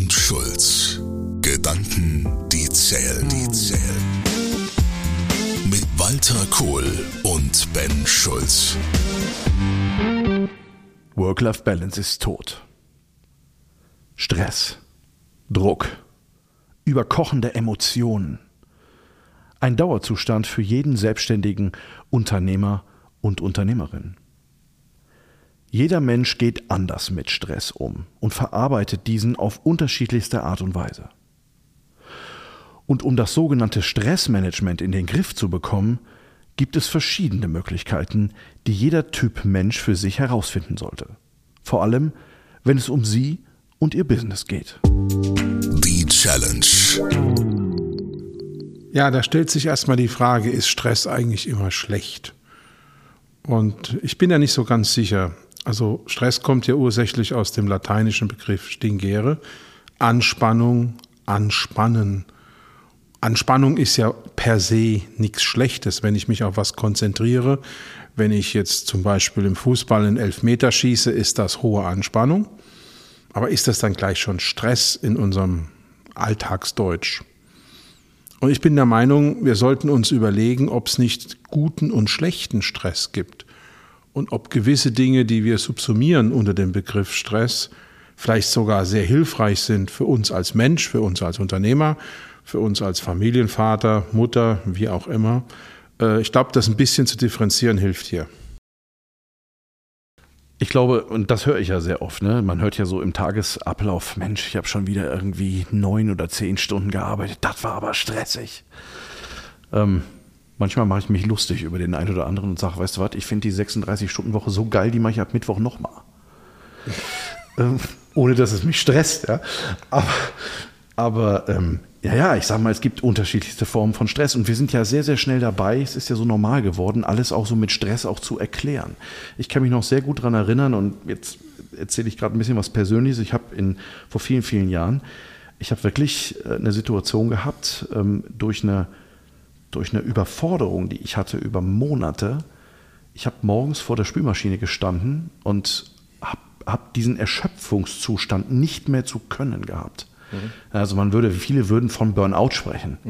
und Schulz. Gedanken, die zählen. Mit Walter Kohl und Ben Schulz. Work-Life-Balance ist tot. Stress, Druck, überkochende Emotionen. Ein Dauerzustand für jeden selbstständigen Unternehmer und Unternehmerin. Jeder Mensch geht anders mit Stress um und verarbeitet diesen auf unterschiedlichste Art und Weise. Und um das sogenannte Stressmanagement in den Griff zu bekommen, gibt es verschiedene Möglichkeiten, die jeder Typ Mensch für sich herausfinden sollte. Vor allem, wenn es um Sie und Ihr Business geht. Die Challenge. Ja, da stellt sich erstmal die Frage, ist Stress eigentlich immer schlecht? Und ich bin ja nicht so ganz sicher. Also Stress kommt ja ursächlich aus dem lateinischen Begriff stingere, Anspannung, anspannen. Anspannung ist ja per se nichts Schlechtes, wenn ich mich auf was konzentriere. Wenn ich jetzt zum Beispiel im Fußball einen Elfmeter schieße, ist das hohe Anspannung. Aber ist das dann gleich schon Stress in unserem Alltagsdeutsch? Und ich bin der Meinung, wir sollten uns überlegen, ob es nicht guten und schlechten Stress gibt. Und ob gewisse Dinge, die wir subsumieren unter dem Begriff Stress, vielleicht sogar sehr hilfreich sind für uns als Mensch, für uns als Unternehmer, für uns als Familienvater, Mutter, wie auch immer. Ich glaube, das ein bisschen zu differenzieren hilft hier. Ich glaube, und das höre ich ja sehr oft, ne? Man hört ja so im Tagesablauf, Mensch, ich habe schon wieder irgendwie 9 oder 10 Stunden gearbeitet, das war aber stressig. Manchmal mache ich mich lustig über den einen oder anderen und sage, weißt du was, ich finde die 36-Stunden-Woche so geil, die mache ich ab Mittwoch nochmal. Ohne dass es mich stresst, ja. Aber ich sag mal, es gibt unterschiedlichste Formen von Stress und wir sind ja sehr, sehr schnell dabei, es ist ja so normal geworden, alles auch so mit Stress auch zu erklären. Ich kann mich noch sehr gut daran erinnern und jetzt erzähle ich gerade ein bisschen was Persönliches. Ich habe vor vielen, vielen Jahren, ich habe wirklich eine Situation gehabt, durch eine Überforderung, die ich hatte über Monate. Ich habe morgens vor der Spülmaschine gestanden und habe diesen Erschöpfungszustand nicht mehr zu können gehabt. Also viele würden von Burnout sprechen.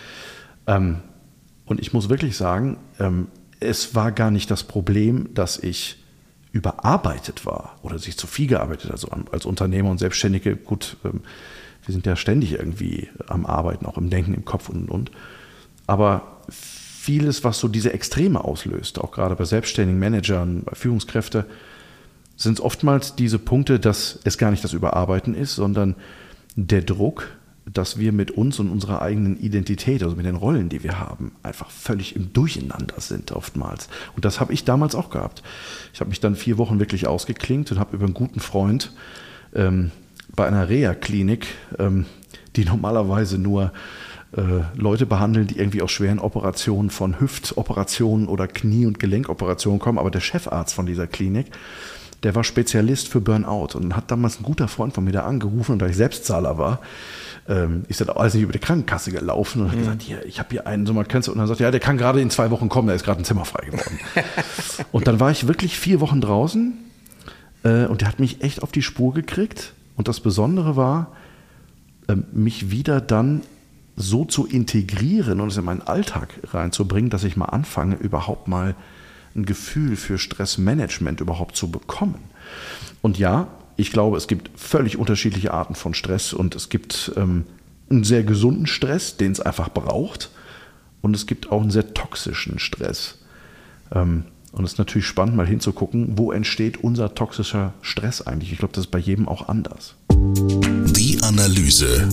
Und ich muss wirklich sagen, es war gar nicht das Problem, dass ich überarbeitet war oder dass ich zu viel gearbeitet, also als Unternehmer und Selbstständige, gut, wir sind ja ständig irgendwie am Arbeiten, auch im Denken, im Kopf und. Aber vieles, was so diese Extreme auslöst, auch gerade bei selbstständigen Managern, bei Führungskräften, sind es oftmals diese Punkte, dass es gar nicht das Überarbeiten ist, sondern der Druck, dass wir mit uns und unserer eigenen Identität, also mit den Rollen, die wir haben, einfach völlig im Durcheinander sind oftmals. Und das habe ich damals auch gehabt. Ich habe mich dann 4 Wochen wirklich ausgeklinkt und habe über einen guten Freund bei einer Reha-Klinik, die normalerweise nur Leute behandeln, die irgendwie aus schweren Operationen von Hüftoperationen oder Knie- und Gelenkoperationen kommen, aber der Chefarzt von dieser Klinik, der war Spezialist für Burnout und hat damals ein guter Freund von mir da angerufen und da ich Selbstzahler war, ist dann alles nicht über die Krankenkasse gelaufen und hat gesagt, hier, ich habe hier einen, so mal kennst du, und dann sagt, ja, der kann gerade in 2 Wochen kommen, da ist gerade ein Zimmer frei geworden. Und dann war ich wirklich 4 Wochen draußen und der hat mich echt auf die Spur gekriegt und das Besondere war, mich wieder dann so zu integrieren und es in meinen Alltag reinzubringen, dass ich mal anfange, überhaupt mal ein Gefühl für Stressmanagement überhaupt zu bekommen. Und ja, ich glaube, es gibt völlig unterschiedliche Arten von Stress und es gibt einen sehr gesunden Stress, den es einfach braucht, und es gibt auch einen sehr toxischen Stress. Und es ist natürlich spannend, mal hinzugucken, wo entsteht unser toxischer Stress eigentlich. Ich glaube, das ist bei jedem auch anders. Die Analyse.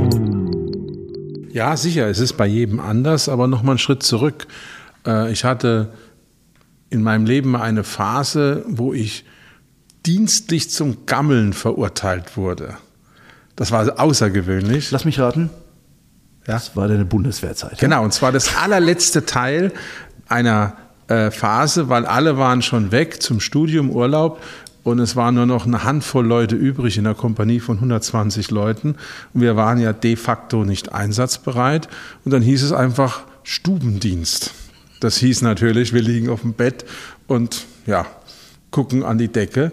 Ja, sicher, es ist bei jedem anders, aber nochmal einen Schritt zurück. Ich hatte in meinem Leben eine Phase, wo ich dienstlich zum Gammeln verurteilt wurde. Das war außergewöhnlich. Lass mich raten. Ja? Das war deine Bundeswehrzeit. Genau, und zwar das allerletzte Teil einer Phase, weil alle waren schon weg zum Studium, Urlaub, und es waren nur noch eine Handvoll Leute übrig in der Kompanie von 120 Leuten. Und wir waren ja de facto nicht einsatzbereit. Und dann hieß es einfach Stubendienst. Das hieß natürlich, wir liegen auf dem Bett und ja, gucken an die Decke.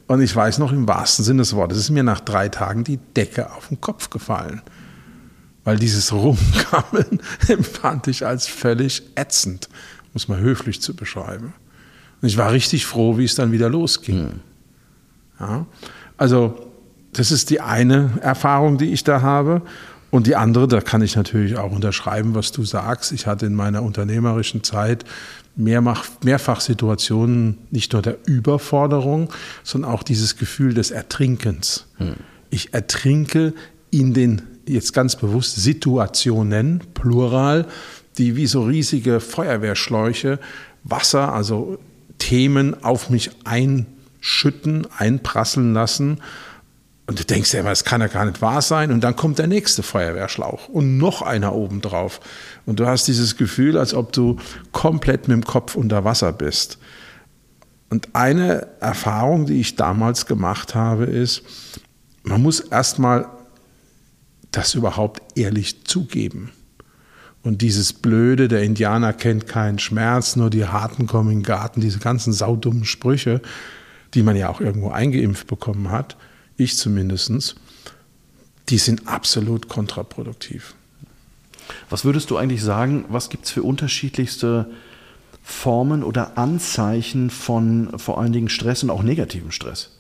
Und ich weiß noch, im wahrsten Sinne des Wortes ist mir nach 3 Tagen die Decke auf den Kopf gefallen. Weil dieses Rumgammeln empfand ich als völlig ätzend, um es mal höflich zu beschreiben. Und ich war richtig froh, wie es dann wieder losging. Ja, also das ist die eine Erfahrung, die ich da habe. Und die andere, da kann ich natürlich auch unterschreiben, was du sagst. Ich hatte in meiner unternehmerischen Zeit mehrfach Situationen, nicht nur der Überforderung, sondern auch dieses Gefühl des Ertrinkens. Ich ertrinke in den, jetzt ganz bewusst, Situationen, Plural, die wie so riesige Feuerwehrschläuche Wasser, also Themen auf mich einschütten, einprasseln lassen. Und du denkst dir immer, das kann ja gar nicht wahr sein. Und dann kommt der nächste Feuerwehrschlauch und noch einer obendrauf. Und du hast dieses Gefühl, als ob du komplett mit dem Kopf unter Wasser bist. Und eine Erfahrung, die ich damals gemacht habe, ist, man muss erstmal das überhaupt ehrlich zugeben. Und dieses Blöde, der Indianer kennt keinen Schmerz, nur die Harten kommen in den Garten, diese ganzen saudummen Sprüche, die man ja auch irgendwo eingeimpft bekommen hat, ich zumindest, die sind absolut kontraproduktiv. Was würdest du eigentlich sagen, was gibt es für unterschiedlichste Formen oder Anzeichen von vor allen Dingen Stress und auch negativem Stress?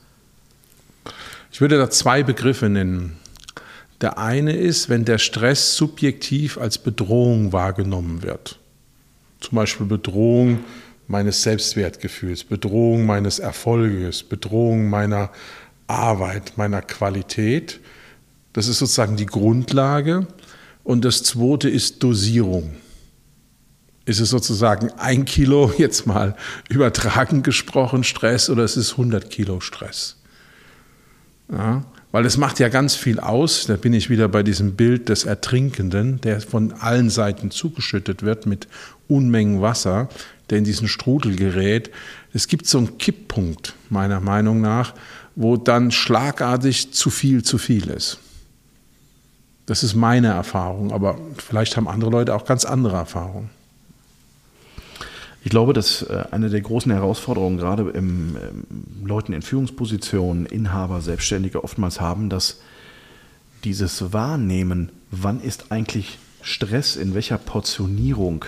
Ich würde da 2 Begriffe nennen. Der eine ist, wenn der Stress subjektiv als Bedrohung wahrgenommen wird. Zum Beispiel Bedrohung meines Selbstwertgefühls, Bedrohung meines Erfolges, Bedrohung meiner Arbeit, meiner Qualität. Das ist sozusagen die Grundlage. Und das zweite ist Dosierung. Ist es sozusagen 1 Kilo, jetzt mal übertragen gesprochen, Stress oder ist es 100 Kilo Stress? Ja, weil es macht ja ganz viel aus, da bin ich wieder bei diesem Bild des Ertrinkenden, der von allen Seiten zugeschüttet wird mit Unmengen Wasser, der in diesen Strudel gerät. Es gibt so einen Kipppunkt, meiner Meinung nach, wo dann schlagartig zu viel ist. Das ist meine Erfahrung, aber vielleicht haben andere Leute auch ganz andere Erfahrungen. Ich glaube, dass eine der großen Herausforderungen gerade Leuten in Führungspositionen, Inhaber, Selbstständige oftmals haben, dass dieses Wahrnehmen, wann ist eigentlich Stress, in welcher Portionierung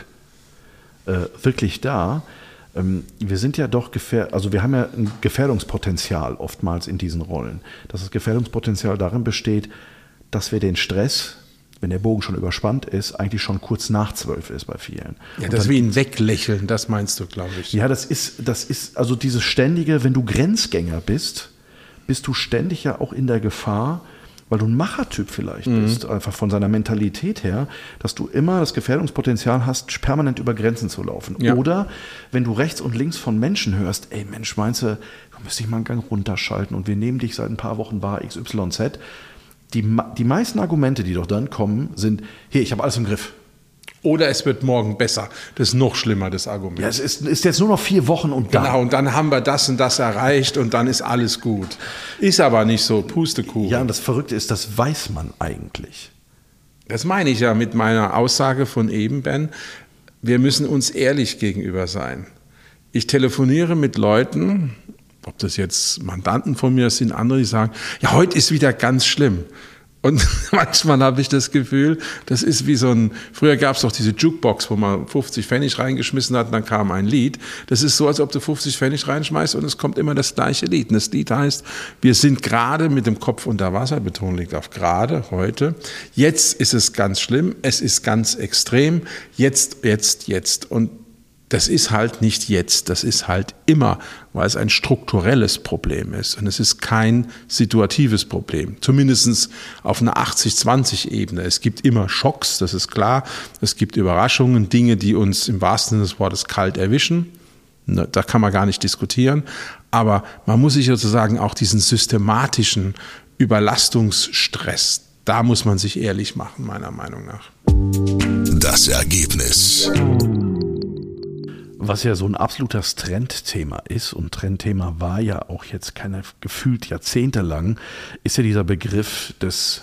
wirklich da. Wir sind ja doch wir haben ja ein Gefährdungspotenzial oftmals in diesen Rollen. Dass das Gefährdungspotenzial darin besteht, dass wir den Stress, wenn der Bogen schon überspannt ist, eigentlich schon kurz nach 12 ist bei vielen. Ja, das ist wie ein Weglächeln, das meinst du, glaube ich. Ja, das ist also dieses ständige, wenn du Grenzgänger bist du ständig ja auch in der Gefahr, weil du ein Machertyp vielleicht bist, einfach von seiner Mentalität her, dass du immer das Gefährdungspotenzial hast, permanent über Grenzen zu laufen. Ja. Oder wenn du rechts und links von Menschen hörst, ey Mensch, meinst du müsstest dich mal einen Gang runterschalten und wir nehmen dich seit ein paar Wochen wahr, XYZ. Die meisten Argumente, die doch dann kommen, sind, hier, ich habe alles im Griff. Oder es wird morgen besser. Das ist noch schlimmer, das Argument. Ja, es ist jetzt nur noch 4 Wochen und dann. Genau, und dann haben wir das und das erreicht und dann ist alles gut. Ist aber nicht so, Pustekuchen. Ja, und das Verrückte ist, das weiß man eigentlich. Das meine ich ja mit meiner Aussage von eben, Ben. Wir müssen uns ehrlich gegenüber sein. Ich telefoniere mit Leuten, ob das jetzt Mandanten von mir sind, andere, die sagen, ja, heute ist wieder ganz schlimm. Und manchmal habe ich das Gefühl, das ist wie früher gab es doch diese Jukebox, wo man 50 Pfennig reingeschmissen hat und dann kam ein Lied. Das ist so, als ob du 50 Pfennig reinschmeißt und es kommt immer das gleiche Lied. Und das Lied heißt, wir sind gerade mit dem Kopf unter Wasser, Betonung liegt auf gerade, heute. Jetzt ist es ganz schlimm, es ist ganz extrem, jetzt. Und das ist halt nicht jetzt, das ist halt immer, weil es ein strukturelles Problem ist. Und es ist kein situatives Problem, zumindest auf einer 80-20-Ebene. Es gibt immer Schocks, das ist klar. Es gibt Überraschungen, Dinge, die uns im wahrsten Sinne des Wortes kalt erwischen. Da kann man gar nicht diskutieren. Aber man muss sich sozusagen auch diesen systematischen Überlastungsstress, da muss man sich ehrlich machen, meiner Meinung nach. Das Ergebnis. Was ja so ein absolutes Trendthema ist, und Trendthema war ja auch jetzt gefühlt jahrzehntelang, ist ja dieser Begriff des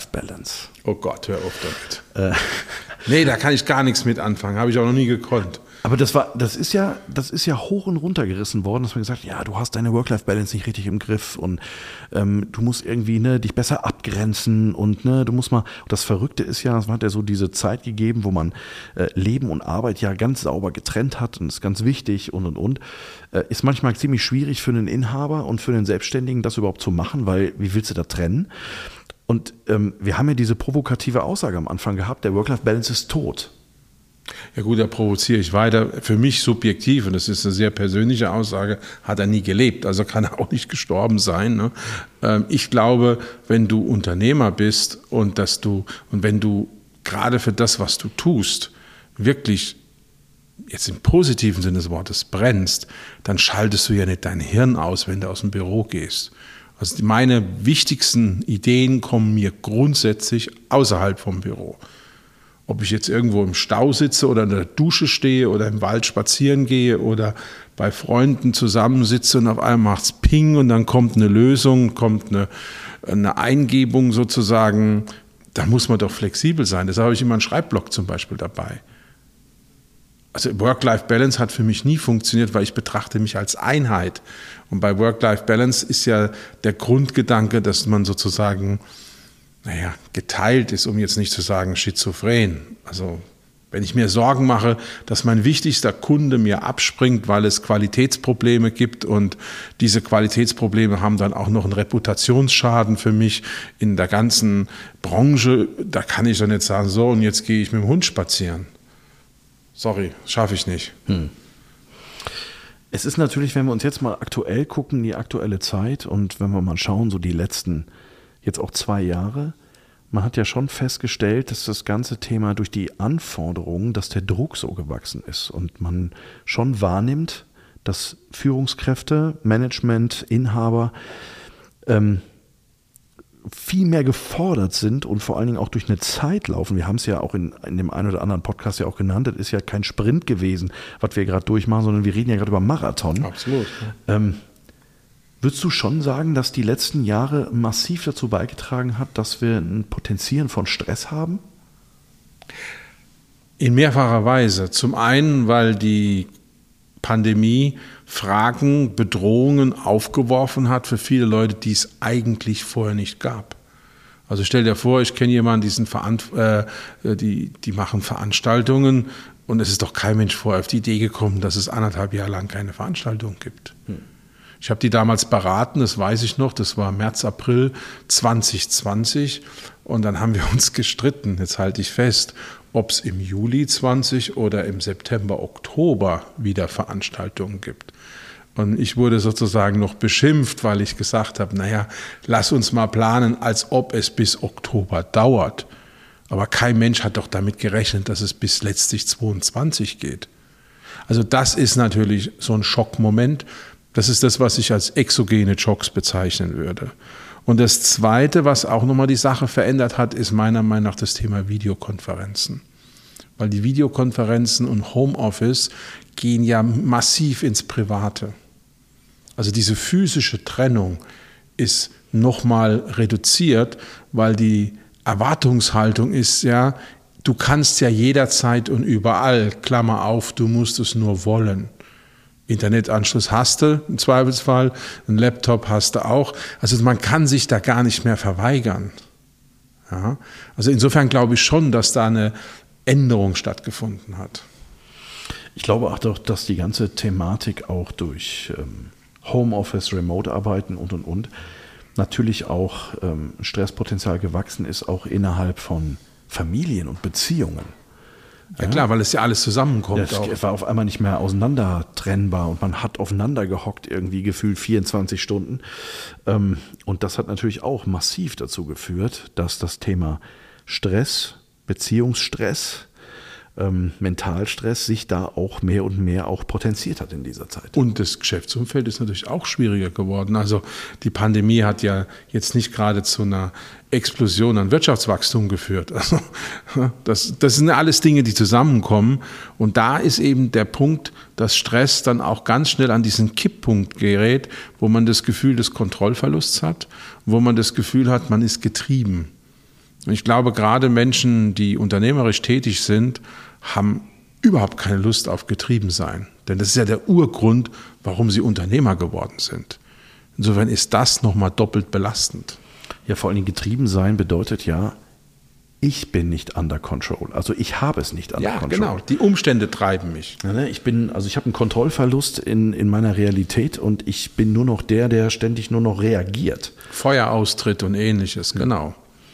Work-Life-Balance. Oh Gott, hör auf damit. Nee, da kann ich gar nichts mit anfangen, habe ich auch noch nie gekonnt. Aber das ist ja hoch und runter gerissen worden, dass man gesagt hat, ja, du hast deine Work-Life-Balance nicht richtig im Griff und du musst irgendwie dich besser abgrenzen und du musst mal. Das Verrückte ist ja, es hat ja so diese Zeit gegeben, wo man Leben und Arbeit ja ganz sauber getrennt hat und ist ganz wichtig und. Ist manchmal ziemlich schwierig für einen Inhaber und für einen Selbstständigen, das überhaupt zu machen, weil wie willst du da trennen? Und wir haben ja diese provokative Aussage am Anfang gehabt, der Work-Life-Balance ist tot. Ja gut, da provoziere ich weiter. Für mich subjektiv, und das ist eine sehr persönliche Aussage, hat er nie gelebt, also kann er auch nicht gestorben sein. Ne? Ich glaube, wenn du Unternehmer bist und wenn du gerade für das, was du tust, wirklich jetzt im positiven Sinne des Wortes brennst, dann schaltest du ja nicht dein Hirn aus, wenn du aus dem Büro gehst. Also meine wichtigsten Ideen kommen mir grundsätzlich außerhalb vom Büro. Ob ich jetzt irgendwo im Stau sitze oder in der Dusche stehe oder im Wald spazieren gehe oder bei Freunden zusammensitze und auf einmal macht's Ping und dann kommt eine Lösung, kommt eine Eingebung sozusagen, da muss man doch flexibel sein. Deshalb habe ich immer einen Schreibblock zum Beispiel dabei. Also Work-Life-Balance hat für mich nie funktioniert, weil ich betrachte mich als Einheit. Und bei Work-Life-Balance ist ja der Grundgedanke, dass man sozusagen geteilt ist, um jetzt nicht zu sagen schizophren. Also wenn ich mir Sorgen mache, dass mein wichtigster Kunde mir abspringt, weil es Qualitätsprobleme gibt und diese Qualitätsprobleme haben dann auch noch einen Reputationsschaden für mich in der ganzen Branche, da kann ich doch nicht sagen, so und jetzt gehe ich mit dem Hund spazieren. Sorry, schaffe ich nicht. Es ist natürlich, wenn wir uns jetzt mal aktuell gucken, die aktuelle Zeit und wenn wir mal schauen, so die letzten jetzt auch 2 Jahre, man hat ja schon festgestellt, dass das ganze Thema durch die Anforderungen, dass der Druck so gewachsen ist und man schon wahrnimmt, dass Führungskräfte, Management, Inhaber viel mehr gefordert sind und vor allen Dingen auch durch eine Zeit laufen. Wir haben es ja auch in dem einen oder anderen Podcast ja auch genannt, das ist ja kein Sprint gewesen, was wir gerade durchmachen, sondern wir reden ja gerade über Marathon. Absolut. Würdest du schon sagen, dass die letzten Jahre massiv dazu beigetragen hat, dass wir ein Potenzieren von Stress haben? In mehrfacher Weise. Zum einen, weil die Pandemie Fragen, Bedrohungen aufgeworfen hat für viele Leute, die es eigentlich vorher nicht gab. Also stell dir vor, ich kenne jemanden, die machen Veranstaltungen und es ist doch kein Mensch vorher auf die Idee gekommen, dass es 1,5 Jahre lang keine Veranstaltung gibt. Ich habe die damals beraten, das weiß ich noch, das war März, April 2020 und dann haben wir uns gestritten, jetzt halte ich fest, ob es im Juli 20 oder im September, Oktober wieder Veranstaltungen gibt. Und ich wurde sozusagen noch beschimpft, weil ich gesagt habe, lass uns mal planen, als ob es bis Oktober dauert. Aber kein Mensch hat doch damit gerechnet, dass es bis letztlich 22 geht. Also das ist natürlich so ein Schockmoment. Das ist das, was ich als exogene Schocks bezeichnen würde. Und das Zweite, was auch nochmal die Sache verändert hat, ist meiner Meinung nach das Thema Videokonferenzen. Weil die Videokonferenzen und Homeoffice gehen ja massiv ins Private. Also diese physische Trennung ist nochmal reduziert, weil die Erwartungshaltung ist ja, du kannst ja jederzeit und überall, Klammer auf, du musst es nur wollen. Internetanschluss hast du im Zweifelsfall, einen Laptop hast du auch. Also man kann sich da gar nicht mehr verweigern. Ja? Also insofern glaube ich schon, dass da eine Änderung stattgefunden hat. Ich glaube auch doch, dass die ganze Thematik auch durch Homeoffice, Remote-Arbeiten und natürlich auch Stresspotenzial gewachsen ist, auch innerhalb von Familien und Beziehungen. Ja klar, weil es ja alles zusammenkommt. Das war auf einmal nicht mehr auseinandertrennbar und man hat aufeinander gehockt, irgendwie gefühlt 24 Stunden. Und das hat natürlich auch massiv dazu geführt, dass das Thema Stress, Beziehungsstress, Mentalstress sich da auch mehr und mehr auch potenziert hat in dieser Zeit. Und das Geschäftsumfeld ist natürlich auch schwieriger geworden. Also die Pandemie hat ja jetzt nicht gerade zu einer Explosion an Wirtschaftswachstum geführt. Also das sind alles Dinge, die zusammenkommen. Und da ist eben der Punkt, dass Stress dann auch ganz schnell an diesen Kipppunkt gerät, wo man das Gefühl des Kontrollverlusts hat, wo man das Gefühl hat, man ist getrieben. Und ich glaube, gerade Menschen, die unternehmerisch tätig sind, haben überhaupt keine Lust auf Getriebensein. Denn das ist ja der Urgrund, warum sie Unternehmer geworden sind. Insofern ist das nochmal doppelt belastend. Ja, vor allem getrieben sein bedeutet ja, ich bin nicht under control. Also ich habe es nicht under control. Ja, genau. Die Umstände treiben mich. Ja, ne, ich habe einen Kontrollverlust in meiner Realität und ich bin nur noch der ständig nur noch reagiert. Feueraustritt und Ähnliches, genau.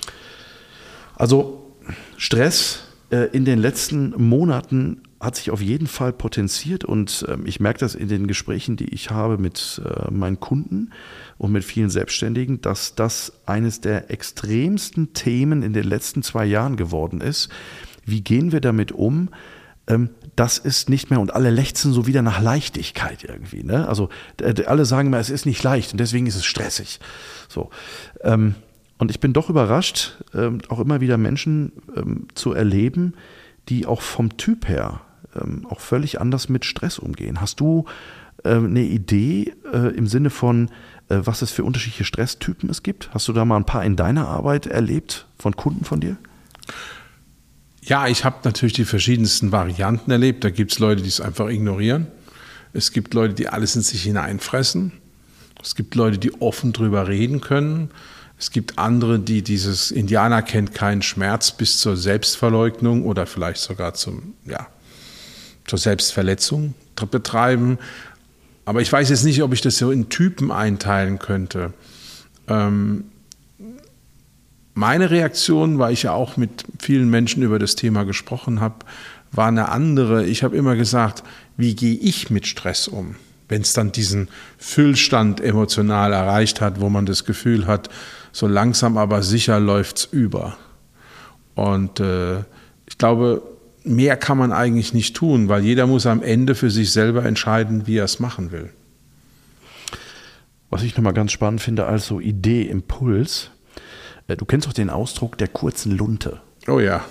Also Stress in den letzten Monaten hat sich auf jeden Fall potenziert und ich merke das in den Gesprächen, die ich habe mit meinen Kunden und mit vielen Selbstständigen, dass das eines der extremsten Themen in den letzten 2 Jahren geworden ist. Wie gehen wir damit um? Das ist nicht mehr, und alle lechzen so wieder nach Leichtigkeit irgendwie. Ne? Also alle sagen immer, es ist nicht leicht und deswegen ist es stressig. So. Und ich bin doch überrascht, auch immer wieder Menschen zu erleben, die auch vom Typ her auch völlig anders mit Stress umgehen. Hast du eine Idee im Sinne von, was es für unterschiedliche Stresstypen es gibt? Hast du da mal ein paar in deiner Arbeit erlebt von Kunden von dir? Ja, ich habe natürlich die verschiedensten Varianten erlebt. Da gibt es Leute, die es einfach ignorieren. Es gibt Leute, die alles in sich hineinfressen. Es gibt Leute, die offen drüber reden können. Es gibt andere, die dieses Indianer kennt keinen Schmerz bis zur Selbstverleugnung oder vielleicht sogar zur Selbstverletzung betreiben. Aber ich weiß jetzt nicht, ob ich das so in Typen einteilen könnte. Meine Reaktion, weil ich ja auch mit vielen Menschen über das Thema gesprochen habe, war eine andere. Ich habe immer gesagt, wie gehe ich mit Stress um? Wenn es dann diesen Füllstand emotional erreicht hat, wo man das Gefühl hat, so langsam aber sicher läuft es über. Und ich glaube, mehr kann man eigentlich nicht tun, weil jeder muss am Ende für sich selber entscheiden, wie er es machen will. Was ich nochmal ganz spannend finde als so Idee, Impuls, du kennst doch den Ausdruck der kurzen Lunte. Oh ja.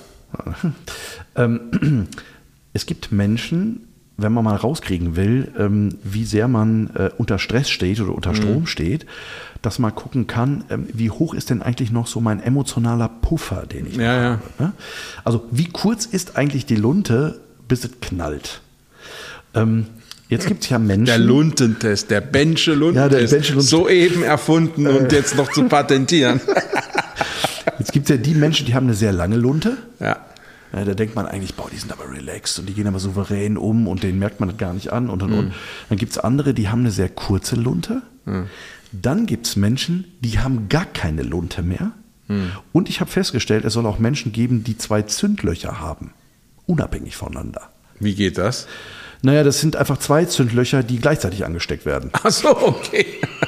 Es gibt Menschen, wenn man mal rauskriegen will, wie sehr man unter Stress steht oder unter Strom steht, dass man gucken kann, wie hoch ist denn eigentlich noch so mein emotionaler Puffer, den ich habe. Ja. Also wie kurz ist eigentlich die Lunte, bis es knallt? Jetzt gibt es ja Menschen... Der Luntentest, der Bensche Luntentest, soeben erfunden und jetzt noch zu patentieren. Jetzt gibt es ja die Menschen, die haben eine sehr lange Lunte. Ja. Ja, da denkt man eigentlich, die sind aber relaxed und die gehen aber souverän um und denen merkt man das gar nicht an und. Dann gibt es andere, die haben eine sehr kurze Lunte. Dann gibt es Menschen, die haben gar keine Lunte mehr. Und ich habe festgestellt, es soll auch Menschen geben, die 2 Zündlöcher haben, unabhängig voneinander. Wie geht das? Naja, das sind einfach 2 Zündlöcher, die gleichzeitig angesteckt werden. Ach so, okay.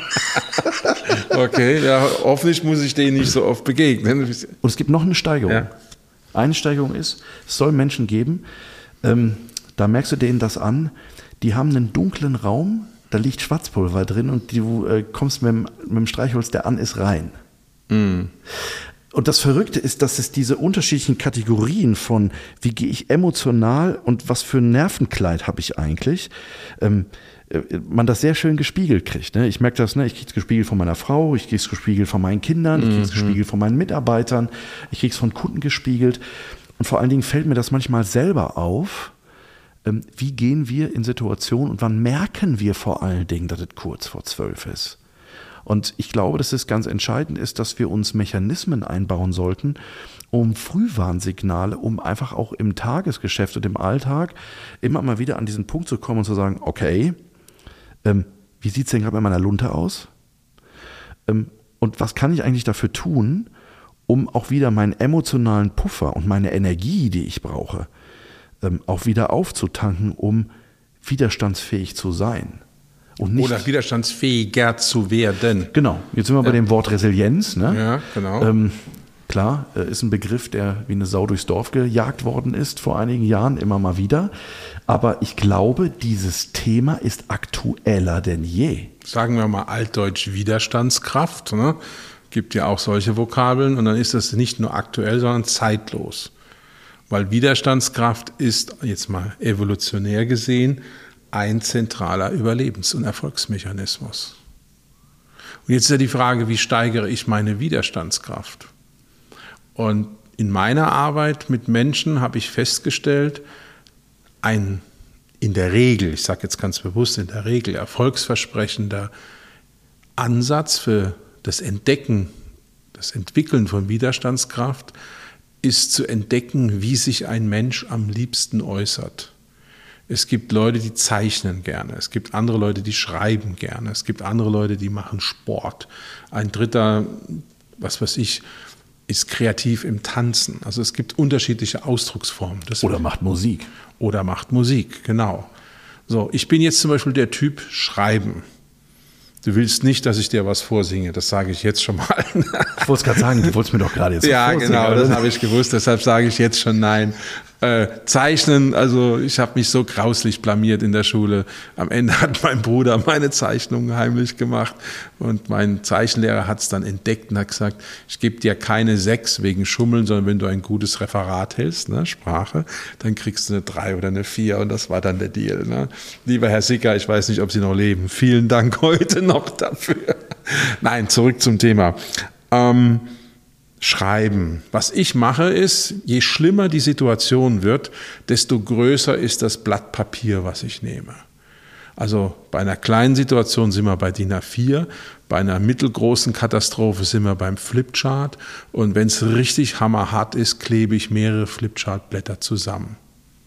Okay, ja, hoffentlich muss ich denen nicht so oft begegnen. Und es gibt noch eine Steigerung. Ja. Eine Steigerung ist, es soll Menschen geben, da merkst du denen das an, die haben einen dunklen Raum, da liegt Schwarzpulver drin und du kommst mit dem Streichholz, der an ist, rein. Und das Verrückte ist, dass es diese unterschiedlichen Kategorien von, wie gehe ich emotional und was für ein Nervenkleid habe ich eigentlich, man das sehr schön gespiegelt kriegt. Ne? Ich merke das, ich kriege es gespiegelt von meiner Frau, ich kriege es gespiegelt von meinen Kindern, ich kriege es gespiegelt von meinen Mitarbeitern, ich kriege es von Kunden gespiegelt. Und vor allen Dingen fällt mir das manchmal selber auf, wie gehen wir in Situationen und wann merken wir vor allen Dingen, dass es kurz vor 12 ist. Und ich glaube, dass es ganz entscheidend ist, dass wir uns Mechanismen einbauen sollten, um Frühwarnsignale, um einfach auch im Tagesgeschäft und im Alltag immer mal wieder an diesen Punkt zu kommen und zu sagen, okay, wie sieht es denn gerade bei meiner Lunte aus? Und was kann ich eigentlich dafür tun, um auch wieder meinen emotionalen Puffer und meine Energie, die ich brauche, auch wieder aufzutanken, um widerstandsfähig zu sein. Und nicht, oder widerstandsfähiger zu werden. Genau, jetzt sind wir bei dem Wort Resilienz. Ne? Ja, genau. Klar, ist ein Begriff, der wie eine Sau durchs Dorf gejagt worden ist vor einigen Jahren, immer mal wieder. Aber ich glaube, dieses Thema ist aktueller denn je. Sagen wir mal altdeutsch Widerstandskraft. Ne? Gibt ja auch solche Vokabeln. Und dann ist das nicht nur aktuell, sondern zeitlos. Weil Widerstandskraft ist, jetzt mal evolutionär gesehen, ein zentraler Überlebens- und Erfolgsmechanismus. Und jetzt ist ja die Frage, wie steigere ich meine Widerstandskraft? Und in meiner Arbeit mit Menschen habe ich festgestellt, ein in der Regel, ich sage jetzt ganz bewusst in der Regel, erfolgsversprechender Ansatz für das Entdecken, das Entwickeln von Widerstandskraft ist zu entdecken, wie sich ein Mensch am liebsten äußert. Es gibt Leute, die zeichnen gerne. Es gibt andere Leute, die schreiben gerne. Es gibt andere Leute, die machen Sport. Ein dritter, was weiß ich, ist kreativ im Tanzen. Also es gibt unterschiedliche Ausdrucksformen. Oder macht Musik. Oder macht Musik, genau. So, ich bin jetzt zum Beispiel der Typ Schreiben. Du willst nicht, dass ich dir was vorsinge, das sage ich jetzt schon mal. Ich wollte es gerade sagen, du wolltest mir doch gerade jetzt ja, vorsingen. Ja, genau, das habe ich gewusst, deshalb sage ich jetzt schon nein. Zeichnen, also ich habe mich so grauslich blamiert in der Schule. Am Ende hat mein Bruder meine Zeichnungen heimlich gemacht und mein Zeichenlehrer hat es dann entdeckt und hat gesagt, ich gebe dir keine 6 wegen Schummeln, sondern wenn du ein gutes Referat hältst, ne, Sprache, dann kriegst du eine 3 oder eine 4 und das war dann der Deal. Ne. Lieber Herr Sicker, ich weiß nicht, ob Sie noch leben. Vielen Dank heute noch dafür. Nein, zurück zum Thema. Schreiben. Was ich mache ist, je schlimmer die Situation wird, desto größer ist das Blatt Papier, was ich nehme. Also bei einer kleinen Situation sind wir bei DIN A4, bei einer mittelgroßen Katastrophe sind wir beim Flipchart und wenn es richtig hammerhart ist, klebe ich mehrere Flipchartblätter zusammen.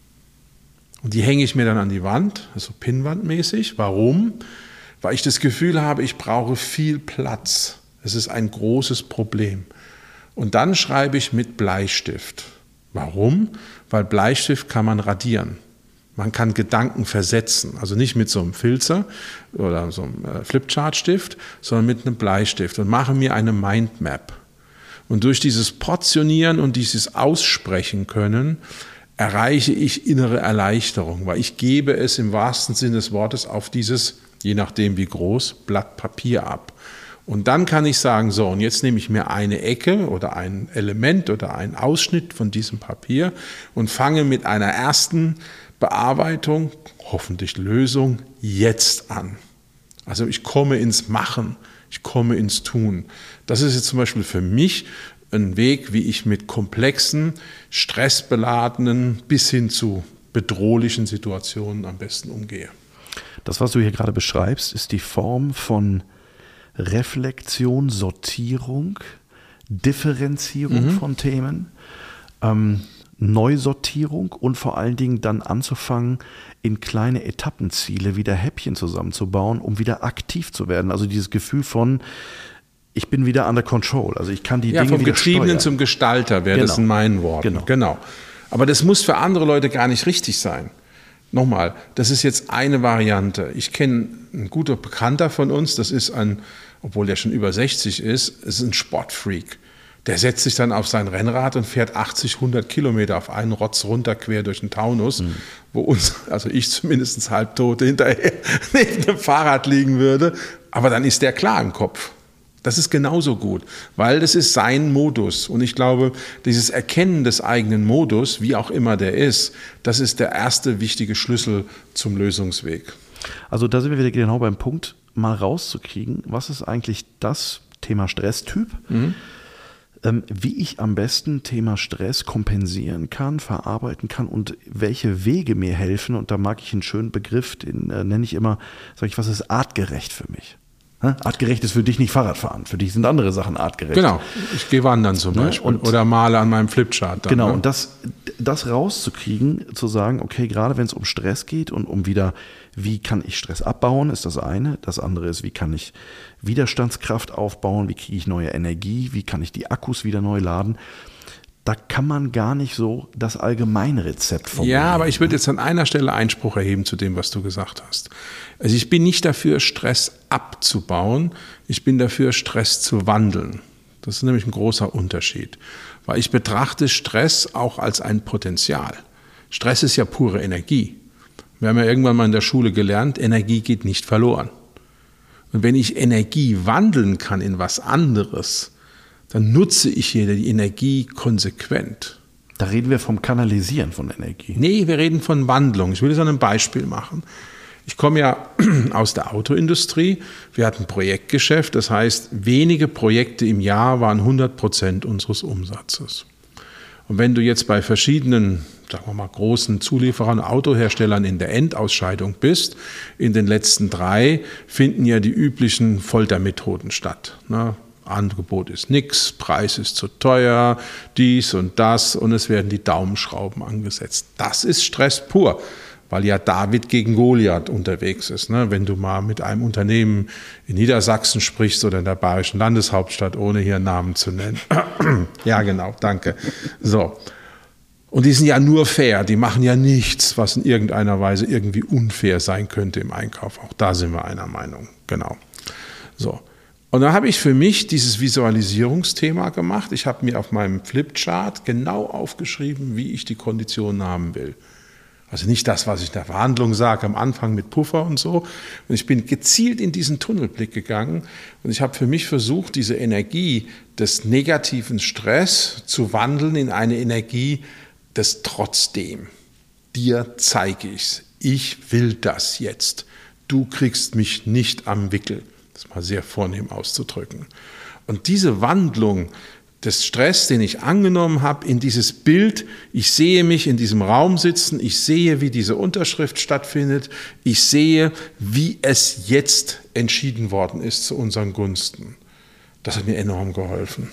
Und die hänge ich mir dann an die Wand, also pinnwandmäßig. Warum? Weil ich das Gefühl habe, ich brauche viel Platz. Es ist ein großes Problem. Und dann schreibe ich mit Bleistift. Warum? Weil Bleistift kann man radieren. Man kann Gedanken versetzen. Also nicht mit so einem Filzer oder so einem Flipchartstift, sondern mit einem Bleistift und mache mir eine Mindmap. Und durch dieses Portionieren und dieses Aussprechen können erreiche ich innere Erleichterung, weil ich gebe es im wahrsten Sinne des Wortes auf dieses, je nachdem wie groß, Blatt Papier ab. Und dann kann ich sagen, so, und jetzt nehme ich mir eine Ecke oder ein Element oder einen Ausschnitt von diesem Papier und fange mit einer ersten Bearbeitung, hoffentlich Lösung, jetzt an. Also ich komme ins Machen, ich komme ins Tun. Das ist jetzt zum Beispiel für mich ein Weg, wie ich mit komplexen, stressbeladenen bis hin zu bedrohlichen Situationen am besten umgehe. Das, was du hier gerade beschreibst, ist die Form von Reflexion, Sortierung, Differenzierung von Themen, Neusortierung und vor allen Dingen dann anzufangen, in kleine Etappenziele wieder Häppchen zusammenzubauen, um wieder aktiv zu werden. Also dieses Gefühl von, ich bin wieder under control. Also ich kann die Dinge vom wieder Getriebenen steuern. zum Gestalter wäre das in meinen Worten. Genau. Aber das muss für andere Leute gar nicht richtig sein. Nochmal, das ist jetzt eine Variante. Ich kenne einen guten Bekannter von uns, das ist obwohl der schon über 60 ist ein Sportfreak. Der setzt sich dann auf sein Rennrad und fährt 80, 100 Kilometer auf einen Rotz runter, quer durch den Taunus, wo uns, also ich zumindest halbtot hinterher neben dem Fahrrad liegen würde. Aber dann ist der klar im Kopf. Das ist genauso gut, weil das ist sein Modus. Und ich glaube, dieses Erkennen des eigenen Modus, wie auch immer der ist, das ist der erste wichtige Schlüssel zum Lösungsweg. Also da sind wir wieder genau beim Punkt, mal rauszukriegen, was ist eigentlich das Thema Stresstyp, wie ich am besten Thema Stress kompensieren kann, verarbeiten kann und welche Wege mir helfen. Und da mag ich einen schönen Begriff, den nenne ich immer, sage ich, was ist artgerecht für mich? Artgerecht ist für dich nicht Fahrradfahren, für dich sind andere Sachen artgerecht. Genau, ich gehe wandern zum Beispiel oder male an meinem Flipchart. Dann, genau, und das rauszukriegen, zu sagen, okay, gerade wenn es um Stress geht und um wieder, wie kann ich Stress abbauen, ist das eine. Das andere ist, wie kann ich Widerstandskraft aufbauen, wie kriege ich neue Energie, wie kann ich die Akkus wieder neu laden. Da kann man gar nicht so das allgemeine Rezept formulieren. Ja, aber ich würde jetzt an einer Stelle Einspruch erheben zu dem, was du gesagt hast. Also ich bin nicht dafür, Stress abzubauen, ich bin dafür, Stress zu wandeln. Das ist nämlich ein großer Unterschied, weil ich betrachte Stress auch als ein Potenzial. Stress ist ja pure Energie. Wir haben ja irgendwann mal in der Schule gelernt, Energie geht nicht verloren. Und wenn ich Energie wandeln kann in was anderes, dann nutze ich hier die Energie konsequent. Da reden wir vom Kanalisieren von Energie. Nee, wir reden von Wandlung. Ich will jetzt ein Beispiel machen. Ich komme ja aus der Autoindustrie. Wir hatten Projektgeschäft, das heißt, wenige Projekte im Jahr waren 100% unseres Umsatzes. Und wenn du jetzt bei verschiedenen, sagen wir mal, großen Zulieferern, Autoherstellern in der Endausscheidung bist, in den letzten 3 finden ja die üblichen Foltermethoden statt. Ne? Angebot ist nix, Preis ist zu teuer, dies und das und es werden die Daumenschrauben angesetzt. Das ist Stress pur, weil ja David gegen Goliath unterwegs ist. Ne? Wenn du mal mit einem Unternehmen in Niedersachsen sprichst oder in der bayerischen Landeshauptstadt, ohne hier Namen zu nennen. Ja, genau, danke. So. Und die sind ja nur fair, die machen ja nichts, was in irgendeiner Weise irgendwie unfair sein könnte im Einkauf. Auch da sind wir einer Meinung. Genau. So. Und dann habe ich für mich dieses Visualisierungsthema gemacht. Ich habe mir auf meinem Flipchart genau aufgeschrieben, wie ich die Konditionen haben will. Also nicht das, was ich in der Verhandlung sage, am Anfang mit Puffer und so. Und ich bin gezielt in diesen Tunnelblick gegangen und ich habe für mich versucht, diese Energie des negativen Stress zu wandeln in eine Energie des Trotzdem. Dir zeige ich's. Ich will das jetzt. Du kriegst mich nicht am Wickel. Das ist mal sehr vornehm auszudrücken. Und diese Wandlung des Stress, den ich angenommen habe, in dieses Bild, ich sehe mich in diesem Raum sitzen, ich sehe, wie diese Unterschrift stattfindet, ich sehe, wie es jetzt entschieden worden ist zu unseren Gunsten. Das hat mir enorm geholfen.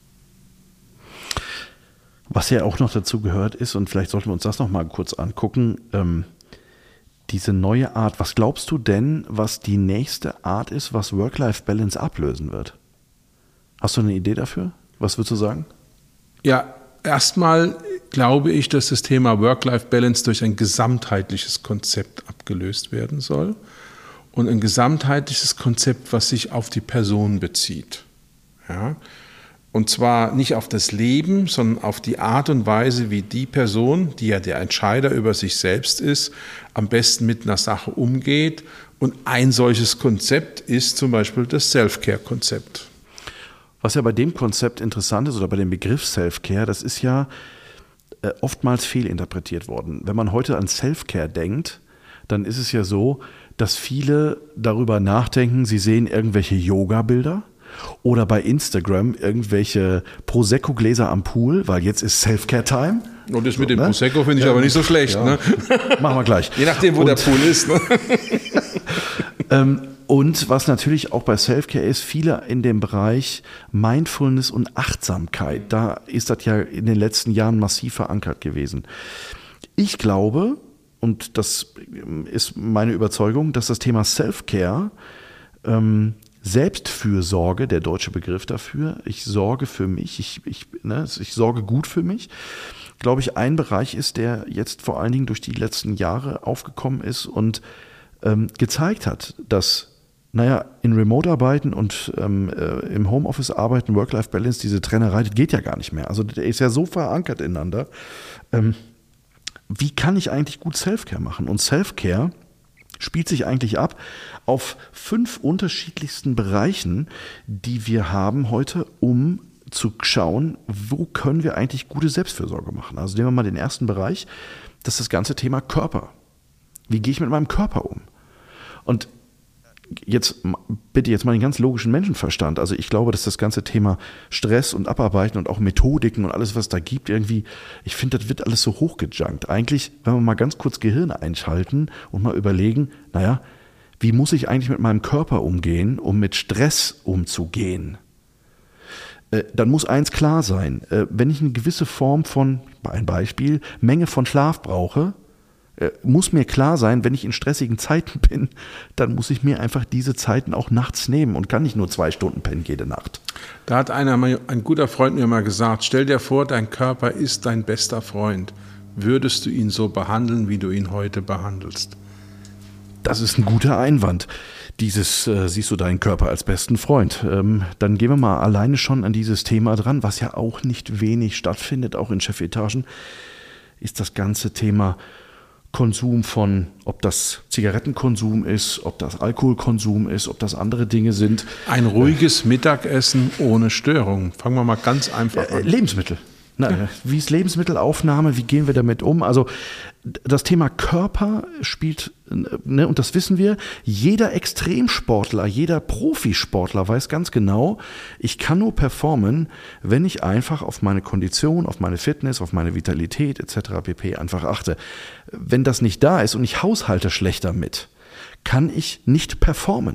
Was ja auch noch dazu gehört ist, und vielleicht sollten wir uns das noch mal kurz angucken, diese neue Art, was glaubst du denn, was die nächste Art ist, was Work-Life-Balance ablösen wird? Hast du eine Idee dafür? Was würdest du sagen? Ja, erstmal glaube ich, dass das Thema Work-Life-Balance durch ein gesamtheitliches Konzept abgelöst werden soll. Und ein gesamtheitliches Konzept, was sich auf die Person bezieht. Ja? Und zwar nicht auf das Leben, sondern auf die Art und Weise, wie die Person, die ja der Entscheider über sich selbst ist, am besten mit einer Sache umgeht. Und ein solches Konzept ist zum Beispiel das Self-Care-Konzept. Was ja bei dem Konzept interessant ist oder bei dem Begriff Self-Care, das ist ja oftmals fehlinterpretiert worden. Wenn man heute an Self-Care denkt, dann ist es ja so, dass viele darüber nachdenken, sie sehen irgendwelche Yoga-Bilder oder bei Instagram irgendwelche Prosecco-Gläser am Pool, weil jetzt ist Self-Care-Time. Und das mit dem Prosecco finde ich aber nicht so schlecht. Ja. Ne? Machen wir gleich. Je nachdem, wo der Pool ist. Ne? Und was natürlich auch bei Self-Care ist, viele in dem Bereich Mindfulness und Achtsamkeit, da ist das ja in den letzten Jahren massiv verankert gewesen. Ich glaube, und das ist meine Überzeugung, dass das Thema Self-Care, Selbstfürsorge, der deutsche Begriff dafür, ich sorge für mich, ich sorge gut für mich, glaube ich, ein Bereich ist, der jetzt vor allen Dingen durch die letzten Jahre aufgekommen ist und gezeigt hat, dass in Remote-Arbeiten und im Homeoffice-Arbeiten, Work-Life-Balance, diese Trennerei, das geht ja gar nicht mehr. Also der ist ja so verankert ineinander. Wie kann ich eigentlich gut Self-Care machen? Und Self-Care spielt sich eigentlich ab auf 5 unterschiedlichsten Bereichen, die wir haben heute, um zu schauen, wo können wir eigentlich gute Selbstfürsorge machen. Also nehmen wir mal den ersten Bereich, das ist das ganze Thema Körper. Wie gehe ich mit meinem Körper um? Und jetzt bitte jetzt mal den ganz logischen Menschenverstand. Also ich glaube, dass das ganze Thema Stress und Abarbeiten und auch Methodiken und alles, was es da gibt, irgendwie, ich finde, das wird alles so hochgejunkt. Eigentlich, wenn wir mal ganz kurz Gehirn einschalten und mal überlegen, wie muss ich eigentlich mit meinem Körper umgehen, um mit Stress umzugehen? Dann muss eins klar sein, wenn ich eine gewisse Form von, ein Beispiel, Menge von Schlaf brauche, muss mir klar sein, wenn ich in stressigen Zeiten bin, dann muss ich mir einfach diese Zeiten auch nachts nehmen und kann nicht nur 2 Stunden pennen jede Nacht. Da hat ein guter Freund mir mal gesagt, stell dir vor, dein Körper ist dein bester Freund. Würdest du ihn so behandeln, wie du ihn heute behandelst? Das ist ein guter Einwand. Siehst du deinen Körper als besten Freund. Dann gehen wir mal alleine schon an dieses Thema dran, was ja auch nicht wenig stattfindet, auch in Chefetagen, ist das ganze Thema Konsum von, ob das Zigarettenkonsum ist, ob das Alkoholkonsum ist, ob das andere Dinge sind. Ein ruhiges Mittagessen ohne Störung. Fangen wir mal ganz einfach an. Lebensmittel. Wie ist Lebensmittelaufnahme, wie gehen wir damit um? Also das Thema Körper spielt, ne, und das wissen wir, jeder Extremsportler, jeder Profisportler weiß ganz genau, ich kann nur performen, wenn ich einfach auf meine Kondition, auf meine Fitness, auf meine Vitalität etc. pp. Einfach achte. Wenn das nicht da ist und ich haushalte schlechter mit, kann ich nicht performen.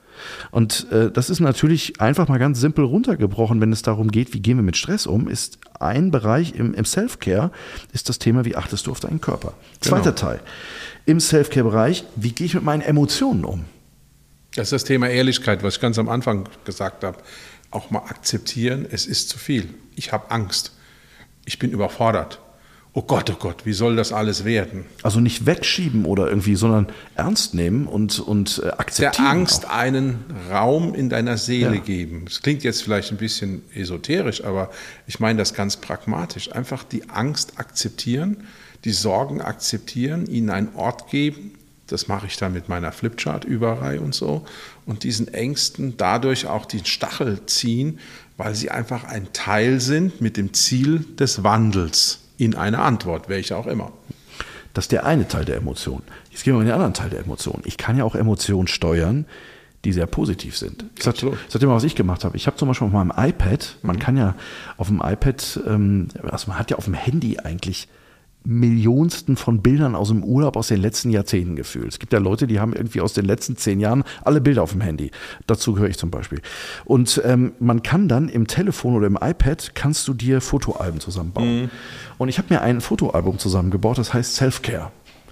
Und das ist natürlich einfach mal ganz simpel runtergebrochen, wenn es darum geht, wie gehen wir mit Stress um, ist ein Bereich im Self-Care, ist das Thema, wie achtest du auf deinen Körper. Zweiter Teil, im Self-Care-Bereich, wie gehe ich mit meinen Emotionen um? Das ist das Thema Ehrlichkeit, was ich ganz am Anfang gesagt habe. Auch mal akzeptieren, es ist zu viel. Ich habe Angst. Ich bin überfordert. Oh Gott, wie soll das alles werden? Also nicht wegschieben oder irgendwie, sondern ernst nehmen und akzeptieren. Der Angst auch einen Raum in deiner Seele geben. Das klingt jetzt vielleicht ein bisschen esoterisch, aber ich meine das ganz pragmatisch. Einfach die Angst akzeptieren, die Sorgen akzeptieren, ihnen einen Ort geben. Das mache ich dann mit meiner Flipchart-Überreihe und so. Und diesen Ängsten dadurch auch den Stachel ziehen, weil sie einfach ein Teil sind mit dem Ziel des Wandels. In eine Antwort, welche auch immer. Das ist der eine Teil der Emotion. Jetzt gehen wir in den anderen Teil der Emotion. Ich kann ja auch Emotionen steuern, die sehr positiv sind. Ich sag dir mal, was ich gemacht habe. Ich habe zum Beispiel auf meinem iPad, man kann ja auf dem iPad, also man hat ja auf dem Handy eigentlich Millionsten von Bildern aus dem Urlaub aus den letzten Jahrzehnten gefühlt. Es gibt ja Leute, die haben irgendwie aus den letzten 10 Jahren alle Bilder auf dem Handy. Dazu gehöre ich zum Beispiel. Und man kann dann im Telefon oder im iPad, kannst du dir Fotoalben zusammenbauen. Und ich habe mir ein Fotoalbum zusammengebaut, das heißt Self-Care.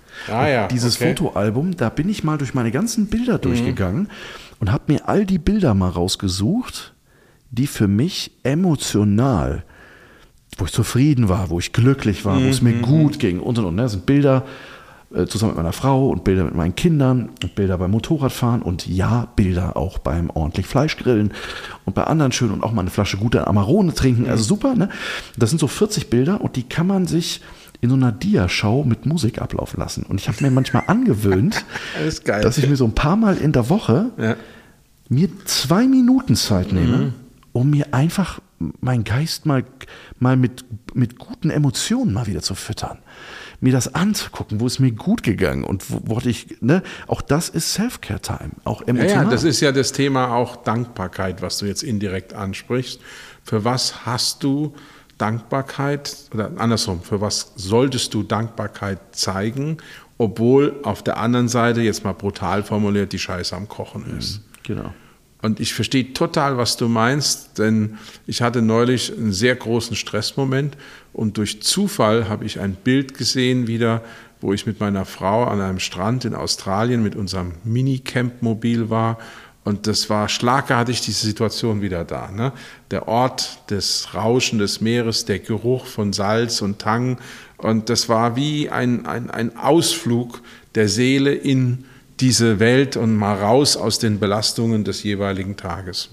Dieses Fotoalbum, da bin ich mal durch meine ganzen Bilder durchgegangen und habe mir all die Bilder mal rausgesucht, die für mich emotional, wo ich zufrieden war, wo ich glücklich war, wo es mir gut ging und. Das sind Bilder zusammen mit meiner Frau und Bilder mit meinen Kindern und Bilder beim Motorradfahren und ja, Bilder auch beim ordentlich Fleischgrillen und bei anderen schön und auch mal eine Flasche gute Amarone trinken. Also super, ne? Das sind so 40 Bilder und die kann man sich in so einer Diaschau mit Musik ablaufen lassen. Und ich habe mir manchmal angewöhnt, dass ich mir so ein paar Mal in der Woche mir 2 Minuten Zeit nehme, um mir einfach meinen Geist mal mit guten Emotionen mal wieder zu füttern. Mir das anzugucken, wo es mir gut gegangen und wo ich, ne, auch das ist Self-Care-Time, auch emotional. Ja, das ist ja das Thema auch Dankbarkeit, was du jetzt indirekt ansprichst. Für was hast du Dankbarkeit, oder andersrum, für was solltest du Dankbarkeit zeigen, obwohl auf der anderen Seite, jetzt mal brutal formuliert, die Scheiße am Kochen ist. Genau. Und ich verstehe total, was du meinst, denn ich hatte neulich einen sehr großen Stressmoment und durch Zufall habe ich ein Bild gesehen wieder, wo ich mit meiner Frau an einem Strand in Australien mit unserem Mini-Camp-Mobil war und das war, schlagartig diese Situation wieder da. Ne? Der Ort, das Rauschen des Meeres, der Geruch von Salz und Tang und das war wie ein Ausflug der Seele in diese Welt und mal raus aus den Belastungen des jeweiligen Tages.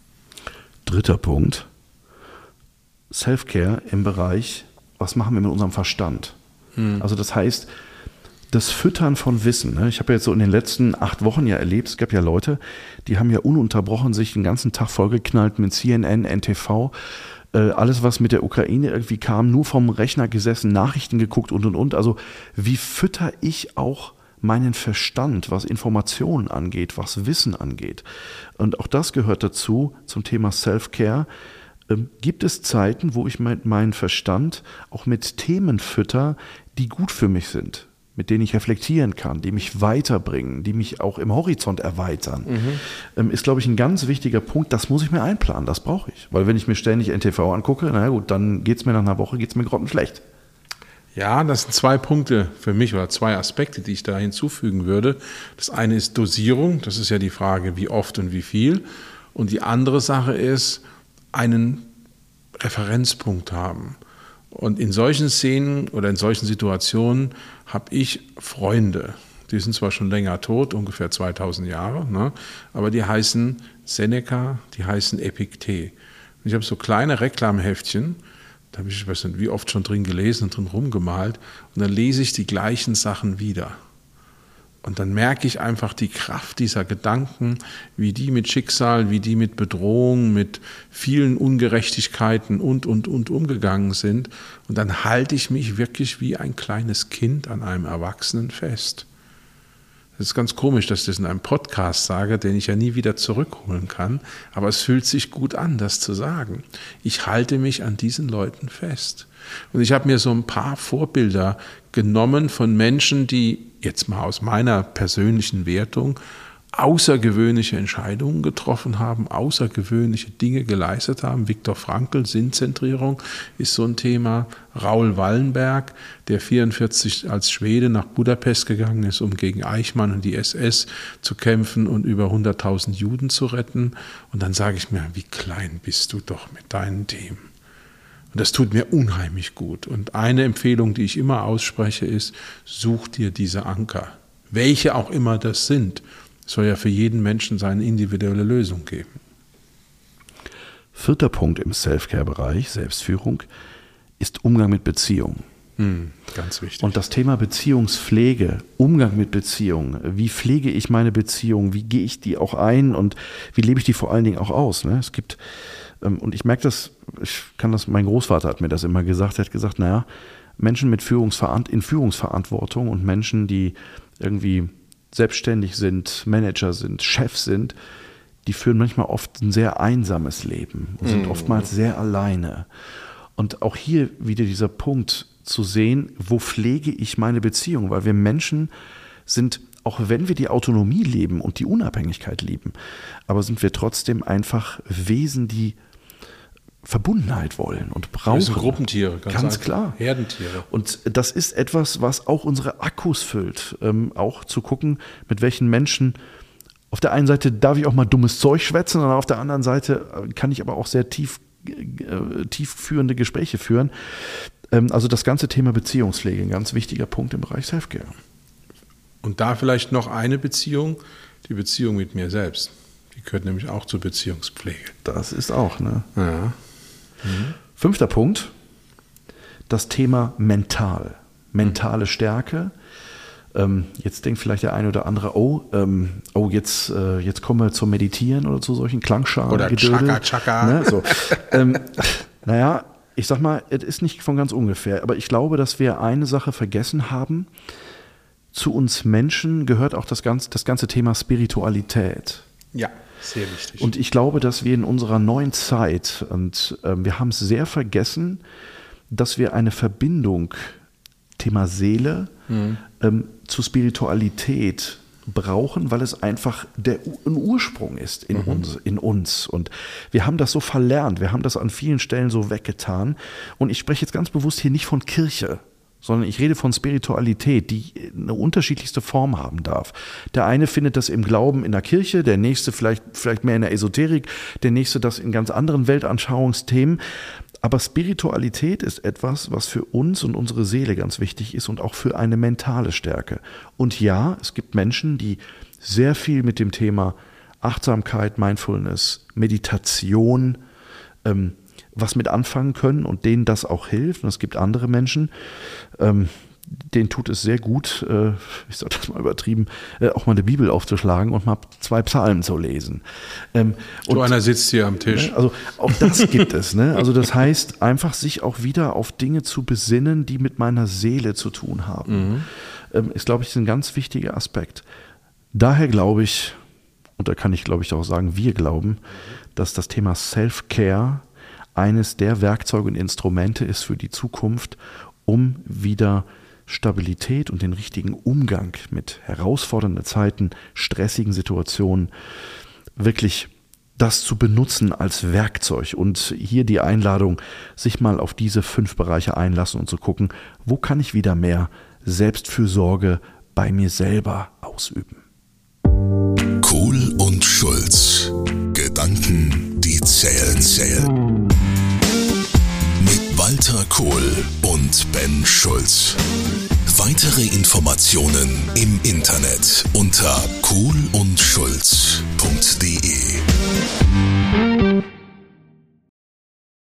Dritter Punkt, Self-Care im Bereich, was machen wir mit unserem Verstand? Also das heißt, das Füttern von Wissen. Ne? Ich habe ja jetzt so in den letzten 8 Wochen ja erlebt, es gab ja Leute, die haben ja ununterbrochen sich den ganzen Tag vollgeknallt mit CNN, NTV, alles, was mit der Ukraine irgendwie kam, nur vom Rechner gesessen, Nachrichten geguckt und. Also wie fütter ich auch meinen Verstand, was Informationen angeht, was Wissen angeht. Und auch das gehört dazu, zum Thema Self-Care. Gibt es Zeiten, wo ich meinen Verstand auch mit Themen fütter, die gut für mich sind, mit denen ich reflektieren kann, die mich weiterbringen, die mich auch im Horizont erweitern, ist, glaube ich, ein ganz wichtiger Punkt. Das muss ich mir einplanen, das brauche ich. Weil wenn ich mir ständig NTV angucke, na gut, dann geht es mir nach einer Woche grottenschlecht. Ja, das sind 2 Punkte für mich oder 2 Aspekte, die ich da hinzufügen würde. Das eine ist Dosierung, das ist ja die Frage, wie oft und wie viel. Und die andere Sache ist, einen Referenzpunkt haben. Und in solchen Szenen oder in solchen Situationen habe ich Freunde, die sind zwar schon länger tot, ungefähr 2000 Jahre, ne? Aber die heißen Seneca, die heißen Epiktet. Und ich habe so kleine Reklamheftchen, da habe ich, weiß nicht, wie oft schon drin gelesen und drin rumgemalt. Und dann lese ich die gleichen Sachen wieder. Und dann merke ich einfach die Kraft dieser Gedanken, wie die mit Schicksal, wie die mit Bedrohung, mit vielen Ungerechtigkeiten und umgegangen sind. Und dann halte ich mich wirklich wie ein kleines Kind an einem Erwachsenen fest. Das ist ganz komisch, dass ich das in einem Podcast sage, den ich ja nie wieder zurückholen kann. Aber es fühlt sich gut an, das zu sagen. Ich halte mich an diesen Leuten fest. Und ich habe mir so ein paar Vorbilder genommen von Menschen, die jetzt mal aus meiner persönlichen Wertung außergewöhnliche Entscheidungen getroffen haben, außergewöhnliche Dinge geleistet haben. Viktor Frankl, Sinnzentrierung ist so ein Thema. Raoul Wallenberg, der 1944 als Schwede nach Budapest gegangen ist, um gegen Eichmann und die SS zu kämpfen und über 100.000 Juden zu retten. Und dann sage ich mir, wie klein bist du doch mit deinen Themen. Und das tut mir unheimlich gut. Und eine Empfehlung, die ich immer ausspreche, ist, such dir diese Anker. Welche auch immer das sind. Es soll ja für jeden Menschen seine individuelle Lösung geben. 4. Punkt im Self-Care-Bereich, Selbstführung, ist Umgang mit Beziehungen. Ganz wichtig. Und das Thema Beziehungspflege, Umgang mit Beziehungen, wie pflege ich meine Beziehungen, wie gehe ich die auch ein und wie lebe ich die vor allen Dingen auch aus. Ne? Es gibt, und ich merke das, mein Großvater hat mir das immer gesagt, er hat gesagt, naja, Menschen mit Führungsverantwortung und Menschen, die irgendwie selbstständig sind, Manager sind, Chefs sind, die führen manchmal oft ein sehr einsames Leben und sind oftmals sehr alleine. Und auch hier wieder dieser Punkt zu sehen, wo pflege ich meine Beziehung? Weil wir Menschen sind, auch wenn wir die Autonomie leben und die Unabhängigkeit lieben, aber sind wir trotzdem einfach Wesen, die Verbundenheit wollen und brauchen. Das sind Gruppentiere, ganz klar. Herdentiere. Und das ist etwas, was auch unsere Akkus füllt. Auch zu gucken, mit welchen Menschen, auf der einen Seite darf ich auch mal dummes Zeug schwätzen, und auf der anderen Seite kann ich aber auch sehr tiefführende Gespräche führen. Also das ganze Thema Beziehungspflege, ein ganz wichtiger Punkt im Bereich Selfcare. Und da vielleicht noch eine Beziehung, die Beziehung mit mir selbst. Die gehört nämlich auch zur Beziehungspflege. Das ist auch, ne? Ja. 5. Punkt, das Thema mentale Stärke. Jetzt denkt vielleicht der eine oder andere, jetzt kommen wir zum Meditieren oder zu solchen Klangschalen. Oder Chaka. Ne, so. Naja, ich sag mal, es ist nicht von ganz ungefähr, aber ich glaube, dass wir eine Sache vergessen haben. Zu uns Menschen gehört auch das ganze Thema Spiritualität. Ja, sehr wichtig. Und ich glaube, dass wir in unserer neuen Zeit, und wir haben es sehr vergessen, dass wir eine Verbindung, Thema Seele, zu Spiritualität brauchen, weil es einfach ein Ursprung ist in uns. Und wir haben das so verlernt, wir haben das an vielen Stellen so weggetan. Und ich spreche jetzt ganz bewusst hier nicht von Kirche, sondern ich rede von Spiritualität, die eine unterschiedlichste Form haben darf. Der eine findet das im Glauben in der Kirche, der nächste vielleicht mehr in der Esoterik, der nächste das in ganz anderen Weltanschauungsthemen. Aber Spiritualität ist etwas, was für uns und unsere Seele ganz wichtig ist und auch für eine mentale Stärke. Und ja, es gibt Menschen, die sehr viel mit dem Thema Achtsamkeit, Mindfulness, Meditation, was mit anfangen können und denen das auch hilft. Und es gibt andere Menschen, denen tut es sehr gut, ich sage das mal übertrieben, auch mal eine Bibel aufzuschlagen und mal 2 Psalmen zu lesen. So einer sitzt hier am Tisch. Also auch das gibt es. Ne? Also das heißt, einfach sich auch wieder auf Dinge zu besinnen, die mit meiner Seele zu tun haben. Ist, glaube ich, ein ganz wichtiger Aspekt. Daher glaube ich, und da kann ich, glaube ich, auch sagen, wir glauben, dass das Thema Self-Care eines der Werkzeuge und Instrumente ist für die Zukunft, um wieder Stabilität und den richtigen Umgang mit herausfordernden Zeiten, stressigen Situationen, wirklich das zu benutzen als Werkzeug. Und hier die Einladung, sich mal auf diese 5 Bereiche einlassen und zu gucken, wo kann ich wieder mehr Selbstfürsorge bei mir selber ausüben. Kohl und Schulz. Gedanken, die zählen. Mit Walter Kohl und Ben Schulz. Weitere Informationen im Internet unter kohlundschulz.de.